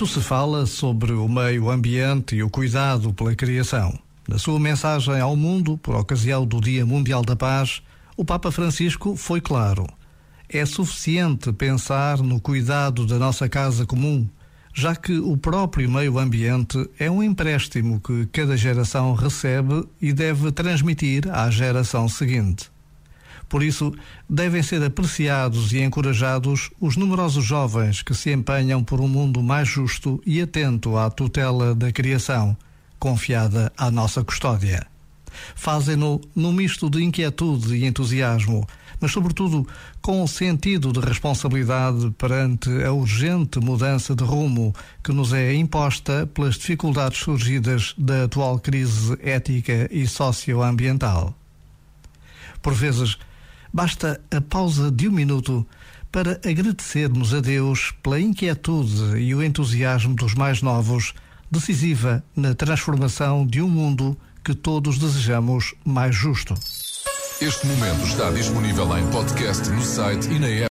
Muito se fala sobre o meio ambiente e o cuidado pela criação. Na sua mensagem ao mundo, por ocasião do Dia Mundial da Paz, o Papa Francisco foi claro. É suficiente pensar no cuidado da nossa casa comum, já que o próprio meio ambiente é um empréstimo que cada geração recebe e deve transmitir à geração seguinte. Por isso, devem ser apreciados e encorajados os numerosos jovens que se empenham por um mundo mais justo e atento à tutela da criação, confiada à nossa custódia. Fazem-no num misto de inquietude e entusiasmo, mas sobretudo com o sentido de responsabilidade perante a urgente mudança de rumo que nos é imposta pelas dificuldades surgidas da atual crise ética e socioambiental. Por vezes, basta a pausa de um minuto para agradecermos a Deus pela inquietude e o entusiasmo dos mais novos, decisiva na transformação de um mundo que todos desejamos mais justo. Este momento está disponível em podcast no site e na app.